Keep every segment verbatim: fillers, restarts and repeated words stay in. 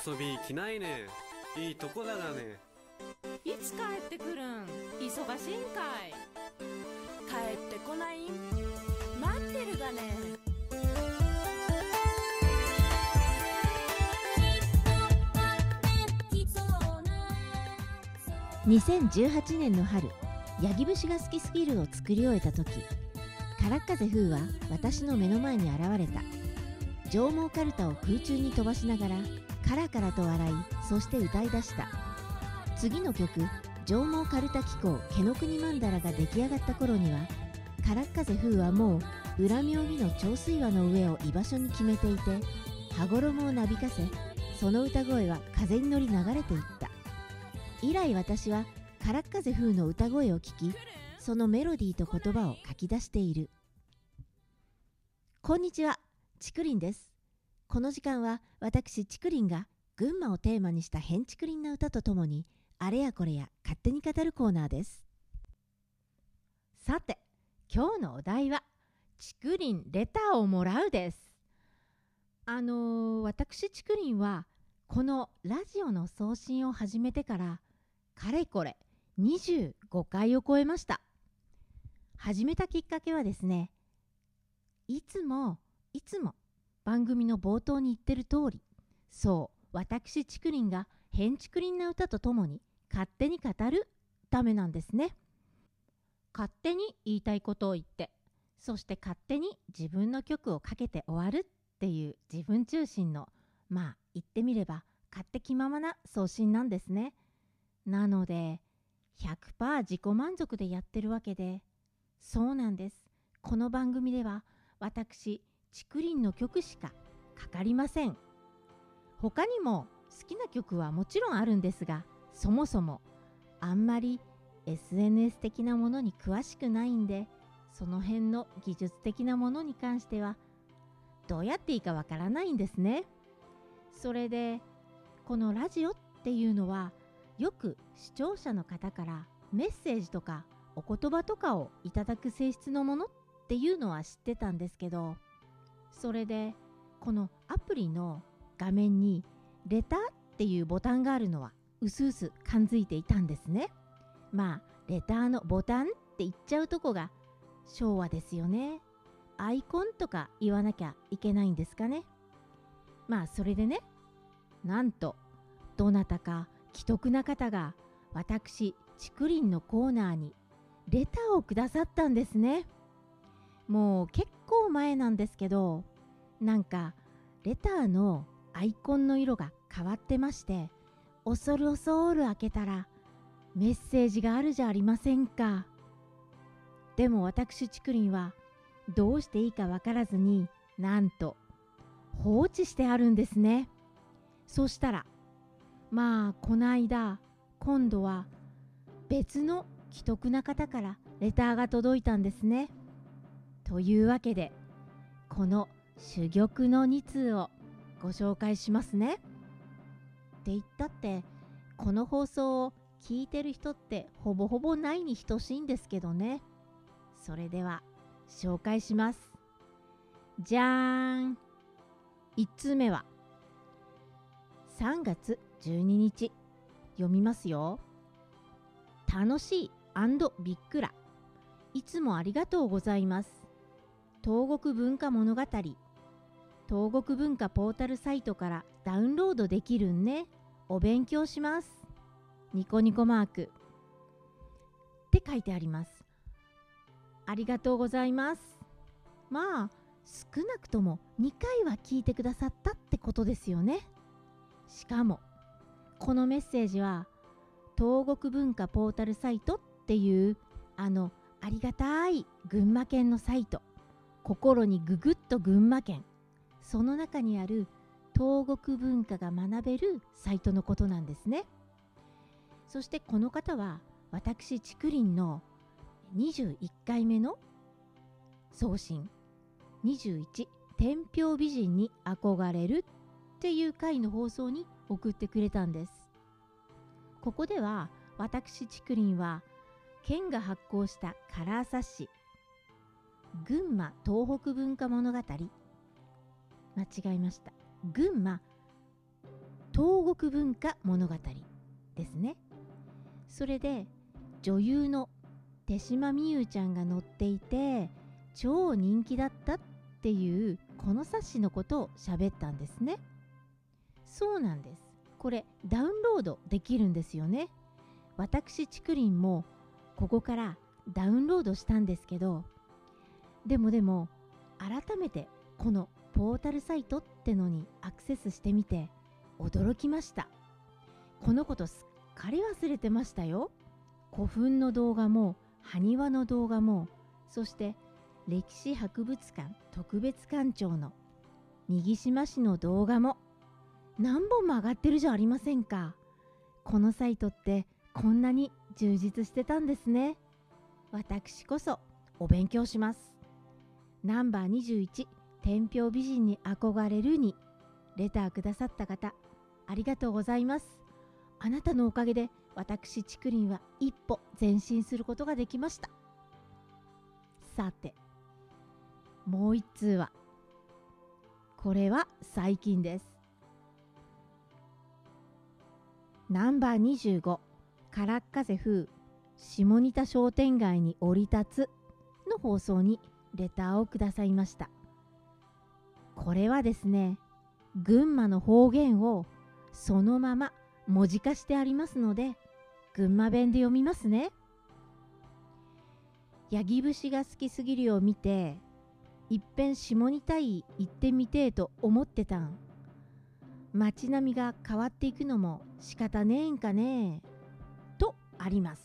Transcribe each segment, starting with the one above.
遊び来ないね。いいとこだがね。 いつ帰ってくるん？忙しいんかい？ 帰ってこないん？待ってるがね。 にせんじゅうはちねんの春、ヤギ節が好きすぎるを作り終えた時、からっ風風は私の目の前に現れた。上毛かるたを空中に飛ばしながらカラカラと笑い、そして歌い出した。次の曲、上毛かるた紀行毛の国曼荼羅が出来上がった頃には、からっ風風はもう裏妙義の長水輪の上を居場所に決めていて、羽衣をなびかせ、その歌声は風に乗り流れていった。以来私はからっ風風の歌声を聞き、そのメロディーと言葉を書き出している。こんにちは、ちくりんです。この時間は私ちくりんが群馬をテーマにしたへんちくりんな歌とともに、あれやこれや勝手に語るコーナーです。 さて、今日のお題はちくりんレターをもらうです。あのー、私ちくりんはこのラジオの送信を始めてからかれこれにじゅうごかいを超えました。始めたきっかけはですね、いつもいつも番組の冒頭に言ってる通り、そう私ちくりんがへんちくりんな歌とともに勝手に語るためなんですね。勝手に言いたいことを言って、そして勝手に自分の曲をかけて終わるっていう自分中心の、まあ言ってみれば勝手気ままな送信なんですね。なので ひゃくパーセント 自己満足でやってるわけで、そうなんです。この番組では私ちくりんの曲しかかかりません。他にも好きな曲はもちろんあるんですが、そもそもあんまり エスエヌエス 的なものに詳しくないんで、その辺の技術的なものに関してはどうやっていいかわからないんですね。それでこのラジオっていうのはよく視聴者の方からメッセージとかお言葉とかをいただく性質のものっていうのは知ってたんですけど、それでこのアプリの画面にレターっていうボタンがあるのはうすうす感づいていたんですね。まあレターのボタンって言っちゃうとこが昭和ですよね。アイコンとか言わなきゃいけないんですかね。まあそれでね、なんとどなたか奇特な方が私ちくりんのコーナーにレターをくださったんですね。もう結構前なんですけど、なんかレターのアイコンの色が変わってまして、恐る恐る開けたらメッセージがあるじゃありませんか。でも私ちくりんはどうしていいかわからずに、なんと放置してあるんですね。そしたらまあこないだ今度は別の奇特な方からレターが届いたんですね。というわけでこの珠玉のに通をご紹介しますね。って言ったってこの放送を聞いてる人ってほぼほぼないに等しいんですけどね。それでは紹介します。じゃーん。いち通目はさんがつじゅうににち、読みますよ。楽しい&びっくら、いつもありがとうございます。東国文化物語、東国文化ポータルサイトからダウンロードできるんね。お勉強します。ニコニコマークって書いてあります。ありがとうございます。まあ少なくともにかいは聞いてくださったってことですよね。しかもこのメッセージは東国文化ポータルサイトっていうあのありがたい群馬県のサイト、心にググッと群馬県、その中にある東国文化が学べるサイトのことなんですね。そしてこの方は私ちくりんのにじゅういっかいめの送信にじゅういち天平美人に憧れるっていう回の放送に送ってくれたんです。ここでは私ちくりんは県が発行したカラー冊子群馬東北文化物語、間違えました、群馬東国文化物語ですね。それで女優の手島美優ちゃんが載っていて超人気だったっていうこの冊子のことを喋ったんですね。そうなんです。これダウンロードできるんですよね。私ちくりんもここからダウンロードしたんですけど、でもでも改めてこのポータルサイトってのにアクセスしてみて驚きました。このことすっかり忘れてましたよ。古墳の動画も埴輪の動画も、そして歴史博物館特別館長の右島市の動画も何本も上がってるじゃありませんか。このサイトってこんなに充実してたんですね。私こそお勉強します。ナンバーにじゅういち、天平美人に憧れるにレターくださった方、ありがとうございます。あなたのおかげで私ちくりんは一歩前進することができました。さて、もう一通はこれは最近です。ナンバーにじゅうご、からっ風風下仁田商店街に降り立つの放送にレターをくださいました。これはですね、群馬の方言をそのまま文字化してありますので、群馬弁で読みますね。ヤギ節が好きすぎるを見て、いっぺん下仁田井行ってみてえと思ってたん。街並みが変わっていくのも仕方ねえんかねえとあります。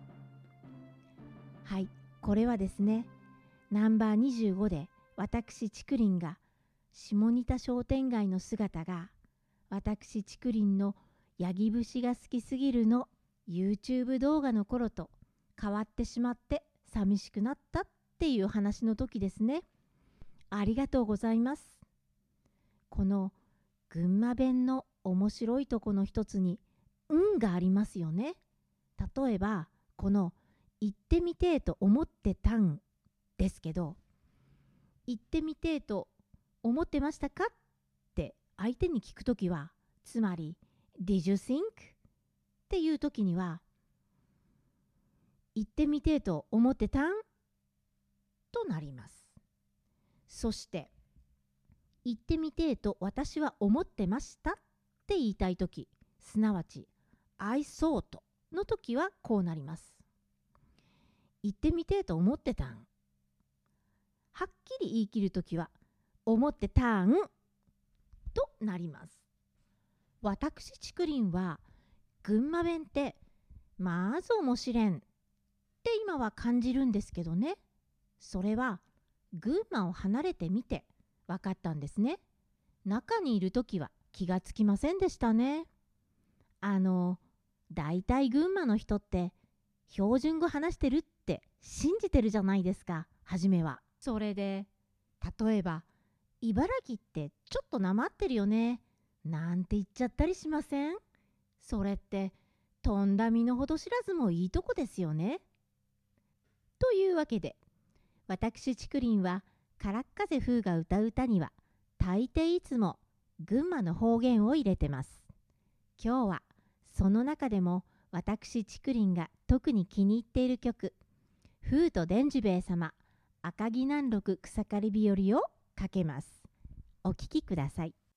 はい、これはですね、ナンバーにじゅうごで私ちくりんが下仁田商店街の姿が私ちくりんのヤギ節が好きすぎるの YouTube 動画の頃と変わってしまって寂しくなったっていう話の時ですね。ありがとうございます。この群馬弁の面白いとこの一つに運がありますよね。例えばこの行ってみてえと思ってたんですけど、行ってみてえと思ってましたかって相手に聞くときは、つまり Did you think? っていうときには行ってみてえと思ってたんとなります。そして行ってみてえと私は思ってましたって言いたいとき、すなわち I thought のときはこうなります。行ってみてえと思ってたん。はっきり言い切るときは思ってたんとなります。私ちくりんは群馬弁ってまず面白いんって今は感じるんですけどね。それは群馬を離れてみて分かったんですね。中にいるときは気がつきませんでしたね。あのだいたい群馬の人って標準語話してるって信じてるじゃないですか、初めは。それで例えば茨城ってちょっとなまってるよねなんて言っちゃったりしません？それってとんだ身の程知らずもいいとこですよね。というわけで私ちくりんはからっ風風が歌う歌には大抵いつも群馬の方言を入れてます。今日はその中でも私ちくりんが特に気に入っている曲、風と伝次兵衛様赤城南六草刈り日和をかけます。お聴きください。